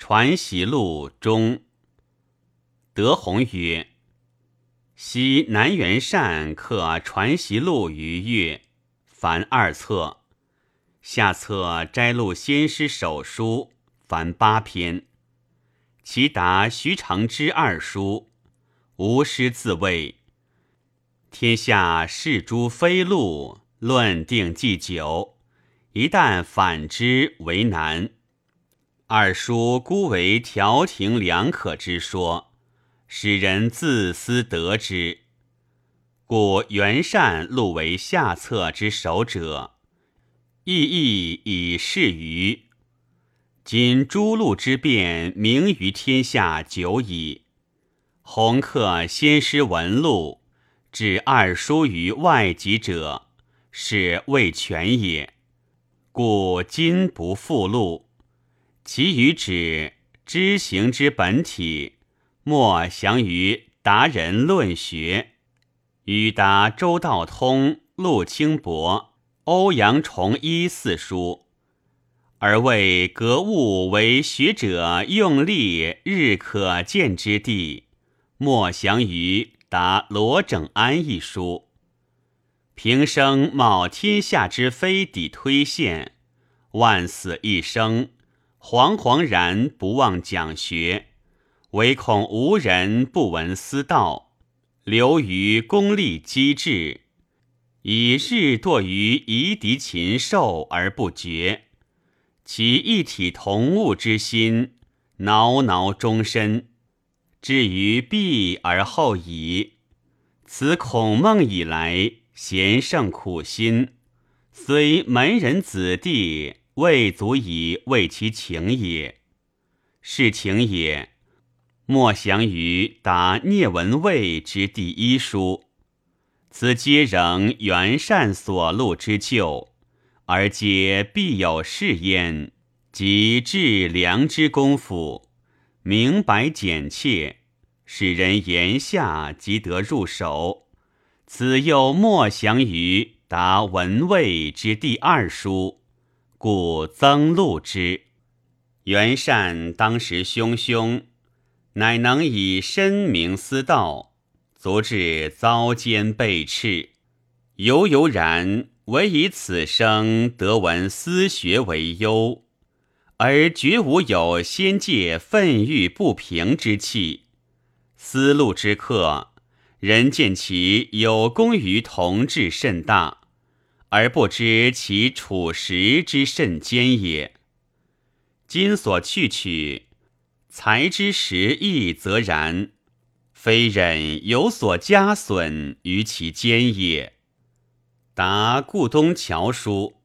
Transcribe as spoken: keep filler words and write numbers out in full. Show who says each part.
Speaker 1: 传习录中。德宏曰：昔南元善刻传习录于月，凡二册，下册摘录先师手书，凡八篇。其答徐承之二书，无师自谓。天下是诸非录，论定既久，一旦反之为难。二书孤为调停两可之说，使人自私得之。故元善录为下册之首者，意义以示于。今诸录之变名于天下久矣，弘刻先师文录，指二书于外籍者，是未全也。故今不复录，其余指知行之本体，莫详于达人论学，与达周道通、陆清伯、欧阳崇一四书。而为格物为学者用力日可见之地，莫详于达罗整安一书。平生冒天下之非抵推荐，万死一生，惶惶然不忘讲学，唯恐无人不闻私道，流于功利机智，以日堕于夷狄禽兽而不觉。其一体同物之心，挠挠终身，至于毕而后已。此孔孟以来贤圣苦心，虽门人子弟，未足以为其情也。是情也，莫详于达聂文蔚之第一书。此皆仍元善所录之旧，而皆必有是焉，即致良之功夫，明白简切，使人言下即得入手。此又莫详于达文蔚之第二书，故增录之。元善当时汹汹，乃能以身明思道，足至遭奸被斥，犹犹然唯以此生得闻私学为忧，而绝无有先界愤郁不平之气。思路之客，人见其有功于同志甚大，而不知其处实之甚坚也。今所去取，才之实义则然，非忍有所加损于其坚也。答顾东侨书，